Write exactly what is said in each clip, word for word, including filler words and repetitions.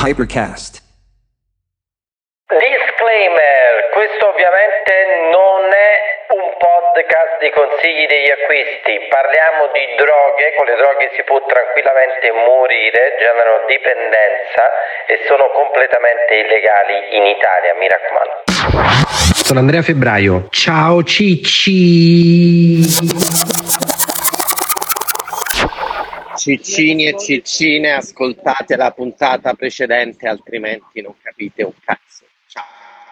Hypercast. Disclaimer: questo ovviamente non è un podcast di consigli degli acquisti. Parliamo di droghe, con le droghe si può tranquillamente morire, generano dipendenza e sono completamente illegali in Italia, mi raccomando. Sono Andrea Febbraio. Ciao Cicci. Ciccini e ciccine, ascoltate la puntata precedente, altrimenti non capite un cazzo. Ciao.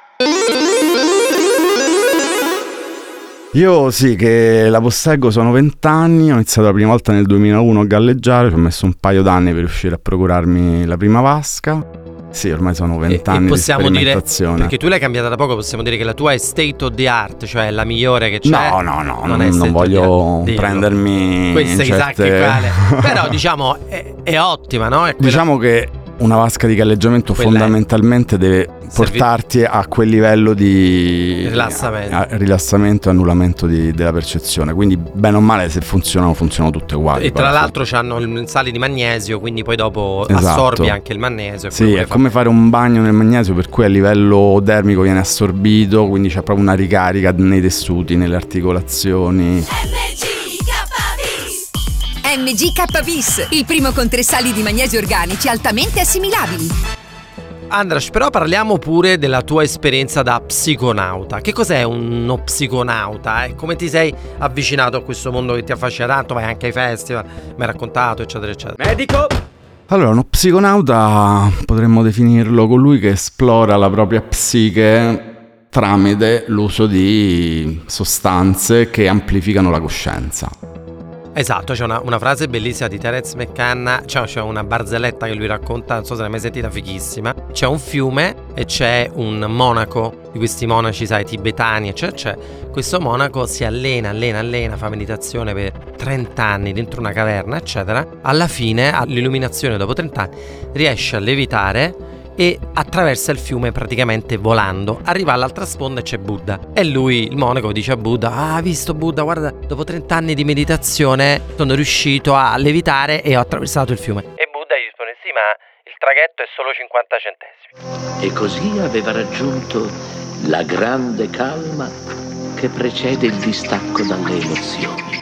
Io sì, che la posseggo, sono vent'anni, ho iniziato la prima volta nel duemilauno a galleggiare, ci ho messo un paio d'anni per riuscire a procurarmi la prima vasca. Sì, ormai sono vent'anni di sperimentazione. Dire, perché tu l'hai cambiata da poco, possiamo dire che la tua è state of the art, cioè la migliore che c'è. No, no, no, non, non, non voglio prendermi questa certe... chissà che quale. Però diciamo è, è ottima, no? È quella... Diciamo che una vasca di galleggiamento quella fondamentalmente è... deve portarti a quel livello di rilassamento, a, a rilassamento e annullamento di, della percezione. Quindi bene o male, se funzionano, funzionano tutte uguali. E tra l'altro hanno il sale di magnesio, quindi poi dopo esatto. assorbi anche il magnesio. Sì, è come fare un bagno nel magnesio, per cui a livello dermico viene assorbito, quindi c'è proprio una ricarica nei tessuti, nelle articolazioni. M G K bis, il primo con tre sali di magnesio organici altamente assimilabili. Andras, però parliamo pure della tua esperienza da psiconauta. Che cos'è uno psiconauta? Eh? Come ti sei avvicinato a questo mondo che ti affascina tanto? Vai anche ai festival, mi hai raccontato, eccetera, eccetera. Medico! Allora, uno psiconauta potremmo definirlo colui che esplora la propria psiche tramite l'uso di sostanze che amplificano la coscienza. Esatto, c'è una, una frase bellissima di Terence McKenna, c'è, c'è una barzelletta che lui racconta, non so se l'hai mai sentita, fighissima. C'è un fiume e c'è un monaco, di questi monaci, sai, tibetani, eccetera, c'è. Questo monaco si allena, allena, allena, fa meditazione per trenta anni dentro una caverna, eccetera. Alla fine, all'illuminazione dopo trenta anni, riesce a levitare e attraversa il fiume praticamente volando. Arriva all'altra sponda e c'è Buddha. E lui, il monaco, dice a Buddha: ah, hai visto Buddha, guarda, dopo trenta anni di meditazione sono riuscito a levitare e ho attraversato il fiume. E Buddha gli risponde: sì, ma il traghetto è solo cinquanta centesimi. E così aveva raggiunto la grande calma che precede il distacco dalle emozioni.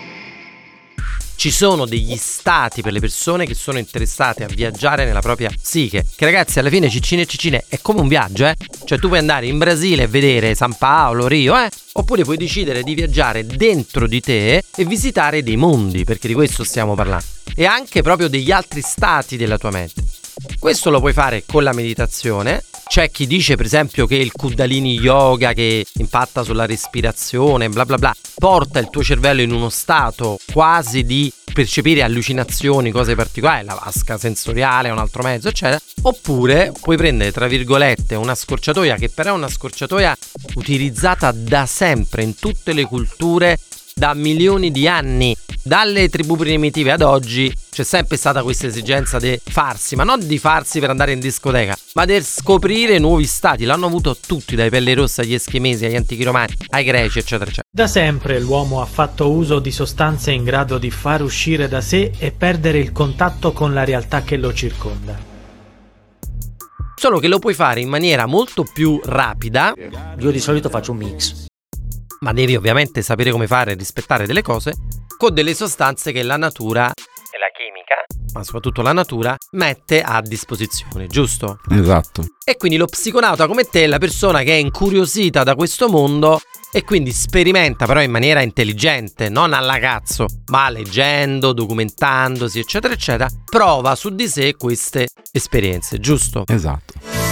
Ci sono degli stati per le persone che sono interessate a viaggiare nella propria psiche, che ragazzi alla fine, ciccine e ciccine, è come un viaggio, eh? Cioè tu puoi andare in Brasile e vedere San Paolo, Rio, eh? Oppure puoi decidere di viaggiare dentro di te e visitare dei mondi, perché di questo stiamo parlando, e anche proprio degli altri stati della tua mente. Questo lo puoi fare con la meditazione. C'è chi dice per esempio che il Kundalini Yoga, che impatta sulla respirazione, bla bla bla, porta il tuo cervello in uno stato quasi di percepire allucinazioni, cose particolari, la vasca sensoriale è un altro mezzo, eccetera. Oppure puoi prendere, tra virgolette, una scorciatoia, che però è una scorciatoia utilizzata da sempre in tutte le culture, da milioni di anni, dalle tribù primitive ad oggi. C'è sempre stata questa esigenza di farsi, ma non di farsi per andare in discoteca, ma di scoprire nuovi stati. L'hanno avuto tutti, dai Pelle Rosse agli Eschimesi, agli antichi romani, ai greci, eccetera, eccetera. Da sempre l'uomo ha fatto uso di sostanze in grado di far uscire da sé e perdere il contatto con la realtà che lo circonda. Solo che lo puoi fare in maniera molto più rapida. Io di solito faccio un mix, ma devi ovviamente sapere come fare e rispettare delle cose, con delle sostanze che la natura e la chimica, ma soprattutto la natura, mette a disposizione, giusto? Esatto. E quindi lo psiconauta come te è la persona che è incuriosita da questo mondo e quindi sperimenta, però in maniera intelligente, non alla cazzo, ma leggendo, documentandosi, eccetera, eccetera, prova su di sé queste esperienze, giusto? Esatto.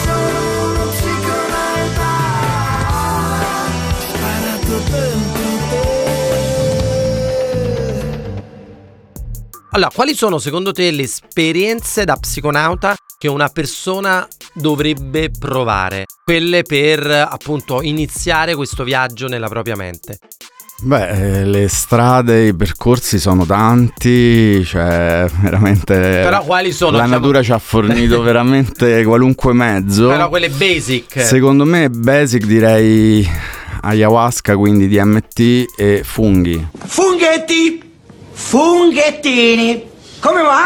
Allora, quali sono secondo te le esperienze da psiconauta che una persona dovrebbe provare? Quelle per, appunto, iniziare questo viaggio nella propria mente. Beh, le strade, i percorsi sono tanti, cioè veramente. Però quali sono? La diciamo... natura ci ha fornito veramente qualunque mezzo. Però quelle basic. Secondo me basic direi ayahuasca, quindi D M T e funghi. Funghetti! Funghettini! Come va?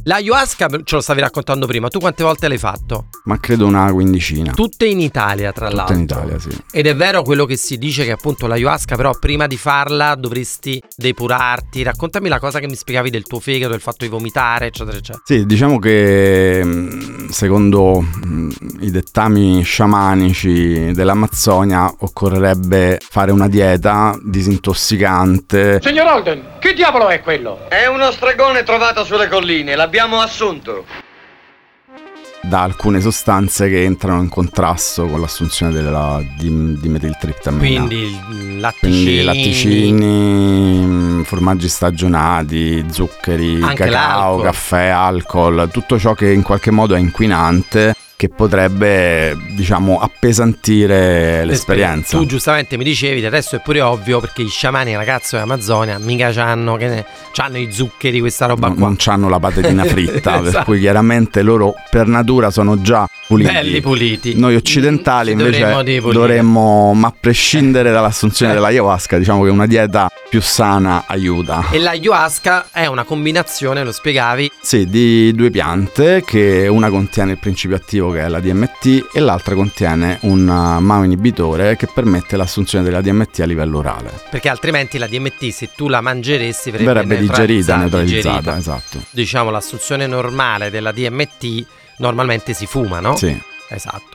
L'ayahuasca ce lo stavi raccontando prima, tu quante volte l'hai fatto? Ma credo una quindicina. Tutte in Italia, tra Tutte l'altro. in Italia, sì. Ed è vero quello che si dice, che appunto l'ayahuasca, però prima di farla dovresti depurarti. Raccontami la cosa che mi spiegavi del tuo fegato, del fatto di vomitare, eccetera, eccetera. Sì, diciamo che secondo i dettami sciamanici dell'Amazzonia occorrerebbe fare una dieta disintossicante. Signor Holden, che diavolo è quello? È uno stregone trovato sulle colline, l'abbiamo assunto. Da alcune sostanze che entrano in contrasto con l'assunzione della dim- dimetiltriptamina. Quindi latticini, Quindi latticini, formaggi stagionati, zuccheri, anche cacao, l'alcol. caffè, alcol, tutto ciò che in qualche modo è inquinante, che potrebbe, diciamo, appesantire l'esperienza. Tu giustamente mi dicevi, del resto è pure ovvio, perché i sciamani, ragazzo dell'Amazzonia, mica c'hanno, che ne, c'hanno i zuccheri, questa roba No, qua. non c'hanno la patetina fritta, Esatto. per cui chiaramente loro per natura sono già puliti. Belli puliti. Noi occidentali Ci invece dovremmo ripulire. dovremmo, ma a prescindere dall'assunzione dell'ayahuasca, diciamo che una dieta più sana aiuta. E l'ayahuasca è una combinazione, lo spiegavi, Sì, di due piante, che una contiene il principio attivo che è la D M T e l'altra contiene un MAO inibitore che permette l'assunzione della D M T a livello orale. perché altrimenti la D M T, se tu la mangeresti, verrebbe, Verrebbe digerita, neutralizzata, digerita. esatto. Diciamo l'assunzione normale della D M T normalmente si fuma, no? Sì. Esatto.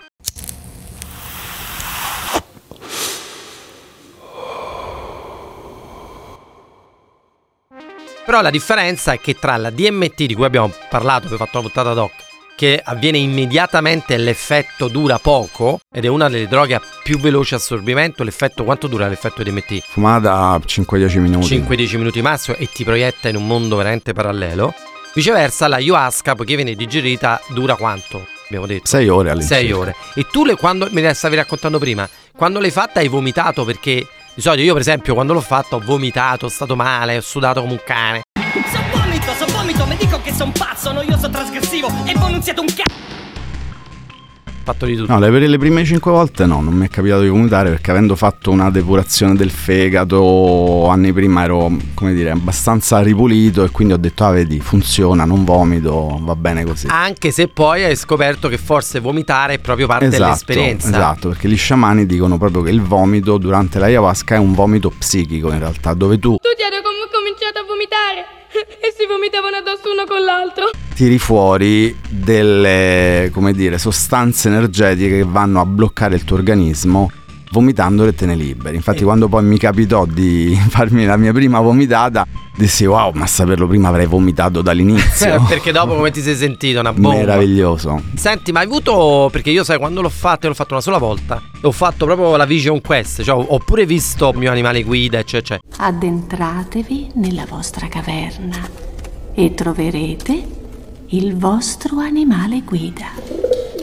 Però la differenza è che tra la D M T, di cui abbiamo parlato, abbiamo fatto una puntata doc, che avviene immediatamente e l'effetto dura poco, ed è una delle droghe a più veloce assorbimento, l'effetto, quanto dura l'effetto D M T? Fumata cinque dieci minuti. cinque dieci minuti massimo, e ti proietta in un mondo veramente parallelo. Viceversa, la ayahuasca, poiché viene digerita, dura quanto? Abbiamo detto sei ore all'incirca. sei ore. E tu le, quando me la stavi raccontando prima, quando l'hai fatta hai vomitato? Perché di solito io per esempio quando l'ho fatta ho vomitato, ho stato male, ho sudato come un cane. So vomito, so vomito, mi dico che son pazzo, noioso, trasgressivo e poi non siete un c***o. Fatto di tutto. No, le, le prime cinque volte no, non mi è capitato di vomitare, perché avendo fatto una depurazione del fegato anni prima ero, come dire, abbastanza ripulito, e quindi ho detto, ah vedi, funziona, non vomito, va bene così. Anche se poi hai scoperto che forse vomitare è proprio parte Esatto, dell'esperienza. esatto, perché gli sciamani dicono proprio che il vomito durante l'ayahuasca è un vomito psichico in realtà, dove tu Tutti hanno com- cominciato a vomitare e si vomitavano addosso uno con l'altro. tiri fuori delle, come dire, sostanze energetiche che vanno a bloccare il tuo organismo, vomitandole e te ne liberi. Infatti, quando poi mi capitò di farmi la mia prima vomitata, dissi wow, ma a saperlo prima avrei vomitato dall'inizio. Perché dopo come ti sei sentito? Una bomba. Meraviglioso. Senti, ma hai avuto, perché io sai quando l'ho fatto, l'ho fatto una sola volta, ho fatto proprio la Vision Quest, cioè ho pure visto il mio animale guida, eccetera, eccetera. Addentratevi nella vostra caverna e troverete il vostro animale guida.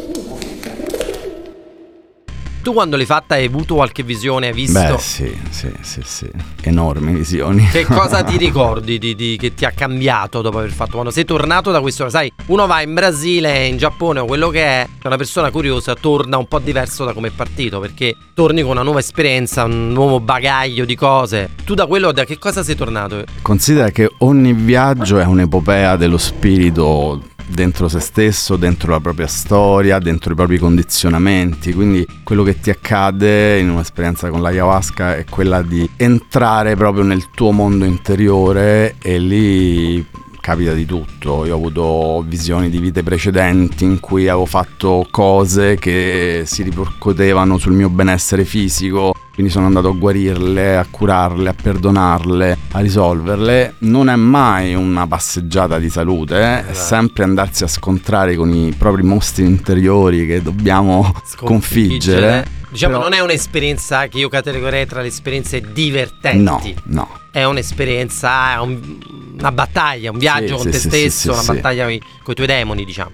Tu quando l'hai fatta hai avuto qualche visione, hai visto? Beh sì, sì, sì, sì, enormi visioni. Che cosa ti ricordi di, di, che ti ha cambiato dopo aver fatto? Quando sei tornato da questo, sai, uno va in Brasile, in Giappone o quello che è, una persona curiosa torna un po' diverso da come è partito, perché torni con una nuova esperienza, un nuovo bagaglio di cose. Tu da quello, da che cosa sei tornato? Considera che ogni viaggio è un'epopea dello spirito dentro se stesso, dentro la propria storia, dentro i propri condizionamenti, quindi quello che ti accade in un'esperienza con l'ayahuasca è quella di entrare proprio nel tuo mondo interiore, e lì capita di tutto. Io ho avuto visioni di vite precedenti in cui avevo fatto cose che si ripercuotevano sul mio benessere fisico, quindi sono andato a guarirle, a curarle, a perdonarle, a risolverle. Non è mai una passeggiata di salute, eh? È sempre andarsi a scontrare con i propri mostri interiori che dobbiamo sconfiggere. Diciamo, Però... non è un'esperienza che io categorierei tra le esperienze divertenti. No, no. È un'esperienza, è un, una battaglia, un viaggio sì, con sì, te sì, stesso, sì, una sì. battaglia con i tuoi demoni, diciamo.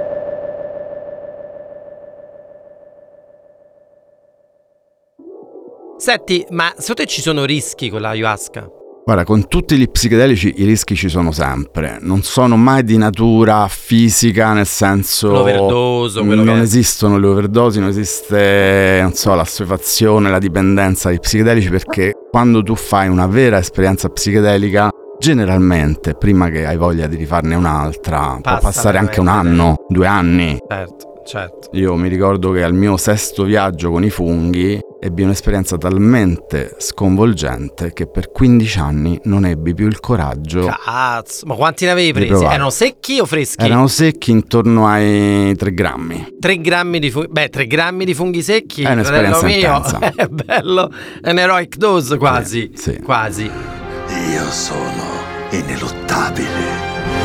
Senti, ma secondo te ci sono rischi con l'ayahuasca? Guarda, con tutti gli psichedelici i rischi ci sono sempre. Non sono mai di natura fisica, nel senso... L'overdose, quello non che è. esistono le overdosi, non esiste, non so, l'assuefazione, la dipendenza dai psichedelici, perché quando tu fai una vera esperienza psichedelica generalmente prima che hai voglia di rifarne un'altra Passa può passare anche un veramente anno, due anni. Certo, certo. Io mi ricordo che al mio sesto viaggio con i funghi ebbi un'esperienza talmente sconvolgente che per quindici anni non ebbi più il coraggio. Cazzo, ma quanti ne avevi di presi? provare. Erano secchi o freschi? Erano secchi intorno ai tre grammi. tre grammi di funghi. Beh, tre grammi di funghi secchi. È un'esperienza fratello mio, intensa. è bello. È un heroic dose quasi. Sì, sì. Quasi. Io sono ineluttabile.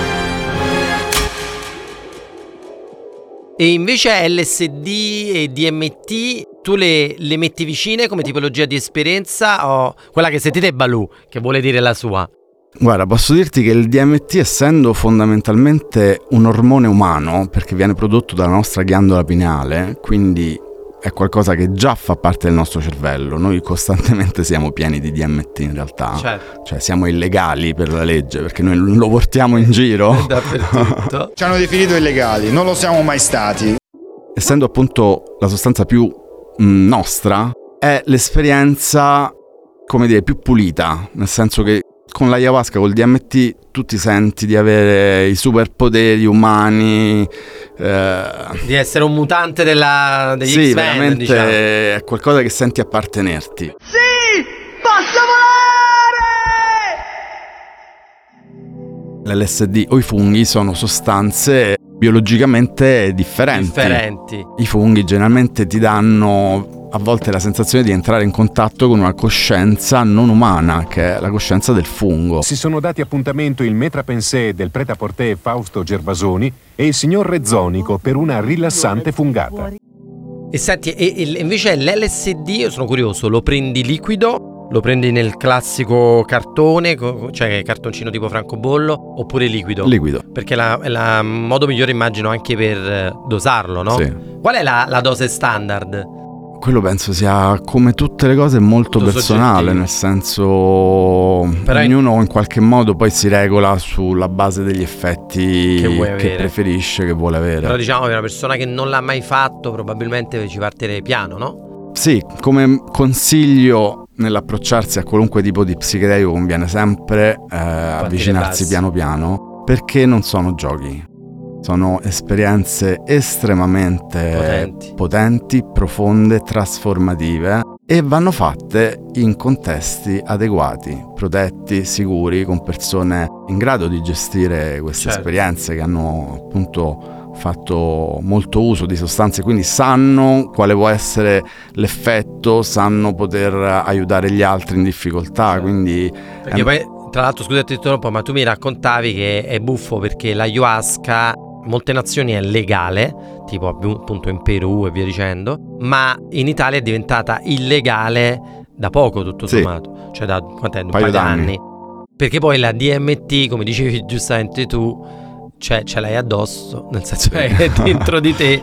E invece L S D e D M T tu le, le metti vicine come tipologia di esperienza o quella che sentite è Baloo, che vuole dire la sua? Guarda, posso dirti che il D M T, essendo fondamentalmente un ormone umano, perché viene prodotto dalla nostra ghiandola pineale, quindi è qualcosa che già fa parte del nostro cervello. Noi costantemente siamo pieni di D M T in realtà. Certo. Cioè siamo illegali per la legge perché noi lo portiamo in giro. Dappertutto. Ci hanno definito illegali, non lo siamo mai stati. Essendo appunto la sostanza più mh, nostra, è l'esperienza, come dire, più pulita, nel senso che con l'ayahuasca, col D M T, tu ti senti di avere i superpoteri umani, eh... di essere un mutante della, degli sì, X-Men, veramente diciamo. È qualcosa che senti appartenerti. Sì, posso volare! L'L S D o i funghi sono sostanze biologicamente differenti. Differenti. I funghi generalmente ti danno a volte la sensazione di entrare in contatto con una coscienza non umana, che è la coscienza del fungo. Si sono dati appuntamento il maître à penser del prêt-à-porter Fausto Gervasoni e il signor Rezzonico per una rilassante fungata. E senti, e, e invece l'L S D, io sono curioso, lo prendi liquido? Lo prendi nel classico cartone, cioè cartoncino tipo francobollo, oppure liquido? Liquido. Perché la- è il modo migliore, immagino, anche per dosarlo, no? Sì. Qual è la, la dose standard? Quello penso sia, come tutte le cose, molto Molto personale, soggettivo. nel senso Però in- ognuno in qualche modo poi si regola sulla base degli effetti Che vuoi che avere. preferisce, che vuole avere. Però diciamo che una persona che non l'ha mai fatto probabilmente ci partirei piano, no? Sì, come consiglio nell'approcciarsi a qualunque tipo di psichedelico conviene sempre eh, avvicinarsi bassi. piano piano, perché non sono giochi. Sono esperienze estremamente Potenti. potenti, profonde, trasformative e vanno fatte in contesti adeguati, protetti, sicuri, con persone in grado di gestire queste Certo. esperienze, che hanno appunto fatto molto uso di sostanze, quindi sanno quale può essere l'effetto, sanno poter aiutare gli altri in difficoltà, quindi Perché è- poi, tra l'altro, scusate ti interrompo, ma tu mi raccontavi che è buffo perché l'ayahuasca in molte nazioni è legale, tipo appunto in Perù e via dicendo, ma in Italia è diventata illegale da poco, tutto Sì. sommato, cioè da quant'è? un Paio paio d'anni. d'anni. Perché poi la D M T, come dicevi giustamente tu, cioè ce l'hai addosso, nel senso che è dentro di te.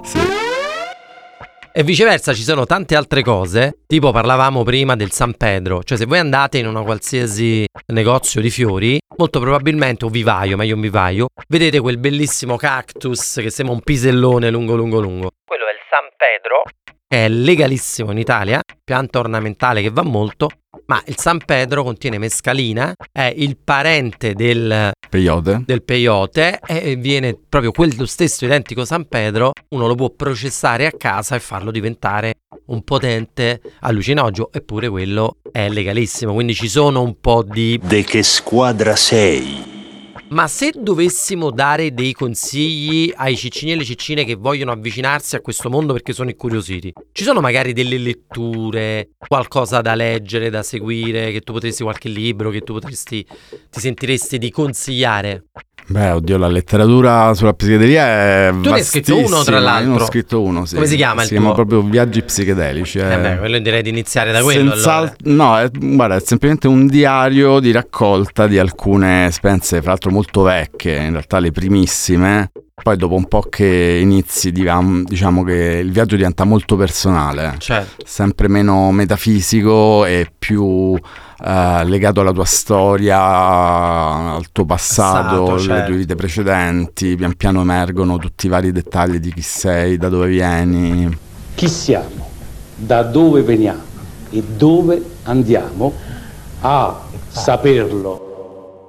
E viceversa ci sono tante altre cose, tipo parlavamo prima del San Pedro, cioè se voi andate in una qualsiasi negozio di fiori, molto probabilmente, o vivaio, meglio un vivaio, vedete quel bellissimo cactus che sembra un pisellone lungo lungo lungo. Quello è il San Pedro, che è legalissimo in Italia, pianta ornamentale che va molto, ma il San Pedro contiene mescalina, è il parente del peyote. del peyote e viene proprio quello stesso identico San Pedro, uno lo può processare a casa e farlo diventare un potente allucinogeno, eppure quello è legalissimo, quindi ci sono un po' di... De che squadra sei? Ma se dovessimo dare dei consigli ai ciccini e alle ciccine che vogliono avvicinarsi a questo mondo perché sono incuriositi, ci sono magari delle letture, qualcosa da leggere, da seguire, che tu potresti, qualche libro che tu potresti, ti sentiresti di consigliare? Beh, oddio, la letteratura sulla psichedelia è Tu ne hai scritto uno, tra vastissima. l'altro. Io ne ho scritto uno, sì. Come si chiama il Si chiama tuo? proprio Viaggi psichedelici. Eh beh, quello direi di iniziare da quello, allora. No, è, guarda, è semplicemente un diario di raccolta di alcune esperienze, fra l'altro molto vecchie, in realtà le primissime. Poi dopo un po' che inizi, divam- diciamo che il viaggio diventa molto personale, Certo. sempre meno metafisico e più eh, legato alla tua storia, al tuo passato, Passato, alle certo. tue vite precedenti. Pian piano emergono tutti i vari dettagli di chi sei, da dove vieni. Chi siamo, da dove veniamo e dove andiamo, a saperlo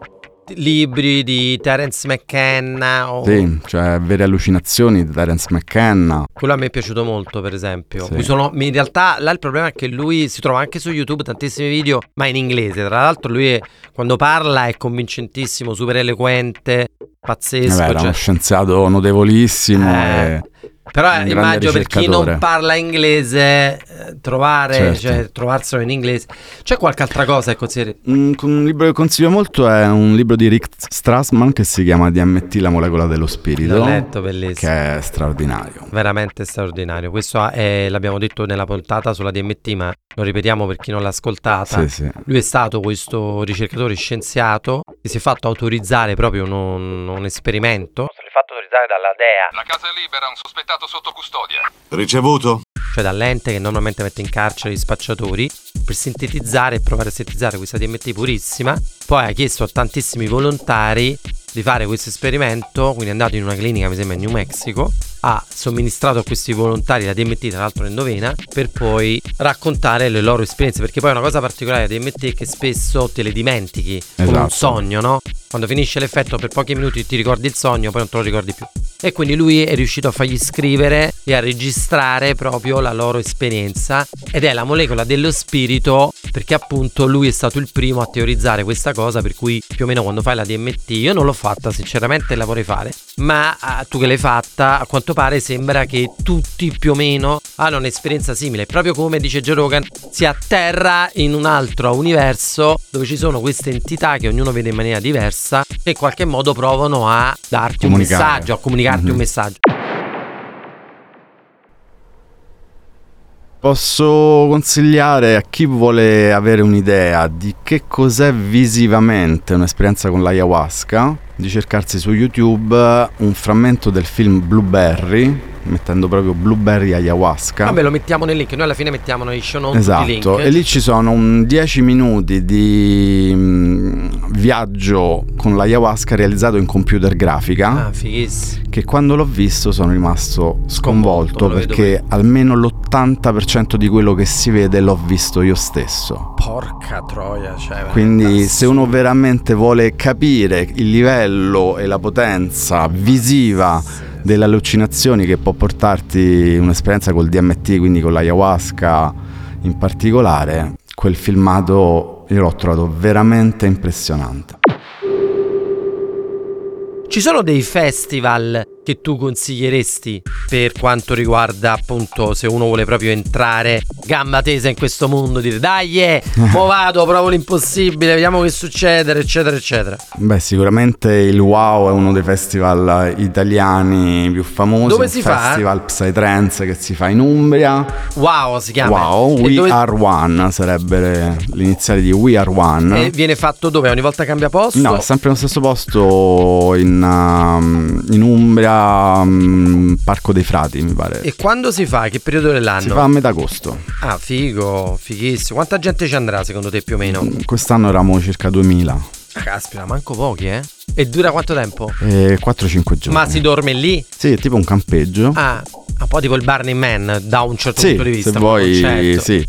libri di Terence McKenna o... Sì, cioè Vere allucinazioni di Terence McKenna. Quello a me è piaciuto molto, per esempio. Sì. Mi sono, in realtà là il problema è che lui si trova anche su YouTube tantissimi video, ma in inglese. Tra l'altro lui è, quando parla è convincentissimo, super eloquente, pazzesco. Vabbè, era cioè... uno scienziato notevolissimo eh... e... Però un immagino per chi non ricercatore. parla inglese, eh, trovare, Certo. cioè trovarselo in inglese. C'è qualche altra cosa che consideri? Un, un libro che consiglio molto è un libro di Rick Strassman che si chiama D M T, la molecola dello spirito. L'ho letto, bellissimo. Che è straordinario. Veramente straordinario. Questo è, l'abbiamo detto nella puntata sulla D M T, ma lo ripetiamo per chi non l'ha ascoltata. Sì, sì. Lui è stato questo ricercatore scienziato che si è fatto autorizzare proprio un, un, un esperimento. Si è fatto autorizzare dalla D E A. La casa è libera, un sospettato sotto custodia. Ricevuto? Cioè dall'ente che normalmente mette in carcere gli spacciatori, per sintetizzare e provare a sintetizzare questa D M T purissima. Poi ha chiesto a tantissimi volontari di fare questo esperimento, quindi è andato in una clinica, mi sembra in New Mexico, ha somministrato a questi volontari la D M T, tra l'altro endovena, per poi raccontare le loro esperienze, perché poi una cosa particolare della D M T è che spesso te le dimentichi, come un Esatto. sogno, no? Quando finisce l'effetto per pochi minuti ti ricordi il sogno, poi non te lo ricordi più. E quindi lui è riuscito a fargli scrivere e a registrare proprio la loro esperienza, ed è la molecola dello spirito, perché appunto lui è stato il primo a teorizzare questa cosa, per cui più o meno quando fai la D M T, io non l'ho fatta sinceramente, la vorrei fare, ma ah, tu che l'hai fatta, a quanto pare sembra che tutti più o meno hanno un'esperienza simile, proprio come dice Joe Rogan, si atterra in un altro universo dove ci sono queste entità che ognuno vede in maniera diversa e in qualche modo provano a darti un Comunicare. messaggio, a comunicarti Mhm. un messaggio. Posso consigliare a chi vuole avere un'idea di che cos'è visivamente un'esperienza con l'ayahuasca di cercarsi su YouTube un frammento del film Blueberry, mettendo proprio Blueberry ayahuasca. Vabbè, lo mettiamo nel link, noi alla fine mettiamo nei show notes tutti i link. Esatto, e lì ci sono un dieci minuti di mh, viaggio con l'ayahuasca realizzato in computer grafica. Ah, fighissimo. Che quando l'ho visto sono rimasto sconvolto, Sconvolto, lo vedo perché almeno l'ottanta per cento di quello che si vede l'ho visto io stesso. Porca troia, cioè Quindi veramente se uno veramente vuole capire il livello e la potenza visiva delle allucinazioni che può portarti un'esperienza col D M T, quindi con l'ayahuasca in particolare, quel filmato io l'ho trovato veramente impressionante. Ci sono dei festival che tu consiglieresti per quanto riguarda appunto se uno vuole proprio entrare gamba tesa in questo mondo, dire dai eh, mo vado, provo l'impossibile, vediamo che succede, eccetera eccetera? Beh, sicuramente il Wow è uno dei festival italiani più famosi. Dove un si fa? festival Psytrance che si fa in Umbria. Wow si chiama. Wow, E We dove- Are One sarebbe l'iniziale di We Are One. E viene fatto dove? Ogni volta cambia posto? No, è sempre nello stesso posto in, um, in Umbria, um, Parco dei Frati mi pare. E quando si fa? Che periodo dell'anno? Si fa a metà agosto. Ah, figo, fighissimo. Quanta gente ci andrà secondo te più o meno? Quest'anno eravamo circa duemila. Ah, caspita, manco pochi, eh? E dura quanto tempo? E quattro cinque giorni. Ma si dorme lì? Sì, è tipo un campeggio. Ah, un po' tipo il Burning Man da un certo Sì, punto di vista. se come vuoi, concetto. sì.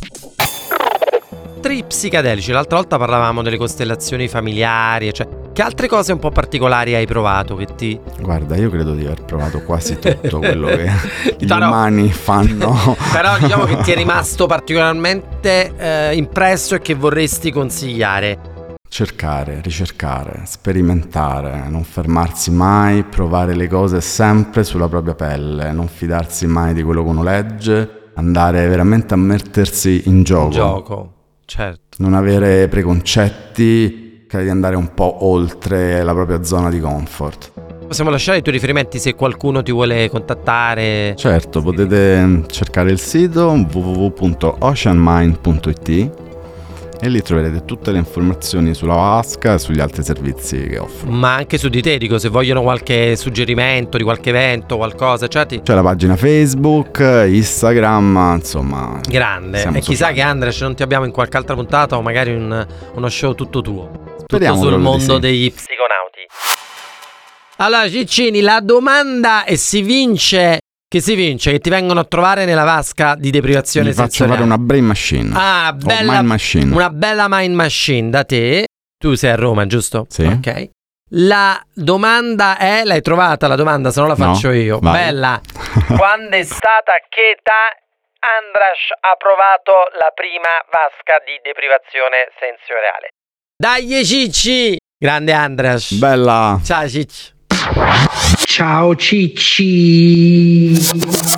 Trip psicadelici, l'altra volta parlavamo delle costellazioni familiari, cioè che altre cose un po' particolari hai provato che ti... Guarda, io credo di aver provato quasi tutto quello che gli Però- umani fanno. Però diciamo che ti è rimasto particolarmente eh, impresso e che vorresti consigliare. Cercare, ricercare, sperimentare, non fermarsi mai, provare le cose sempre sulla propria pelle, non fidarsi mai di quello che uno legge, andare veramente a mettersi in gioco. Gioco, certo. Non avere preconcetti, cercare di andare un po' oltre la propria zona di comfort. Possiamo lasciare i tuoi riferimenti se qualcuno ti vuole contattare. Certo, potete cercare il sito w w w punto ocean mind punto i t e lì troverete tutte le informazioni sulla Vasca e sugli altri servizi che offro. Ma anche su di te, dico, se vogliono qualche suggerimento di qualche evento, qualcosa, cioè ti... C'è la pagina Facebook, Instagram, insomma. Grande. siamo E chissà sociali. che Andrea, se non ti abbiamo in qualche altra puntata o magari un, uno show tutto tuo. Speriamo tutto sul proprio di mondo sì. degli psiconauti. Allora Ciccini, la domanda è: si vince? Che si vince? Che ti vengono a trovare nella vasca di deprivazione Vi faccio sensoriale. fare una brain machine. Ah, O bella, mind machine. una bella mind machine da te. Tu sei a Roma, giusto? Sì. Ok. La domanda è, l'hai trovata la domanda, se no la faccio No, io. vai. Bella. Quando è stata che età Andras ha provato la prima vasca di deprivazione sensoriale? Dai Cicci! Grande Andras. Bella. Ciao Cicci. Ciao Cicci.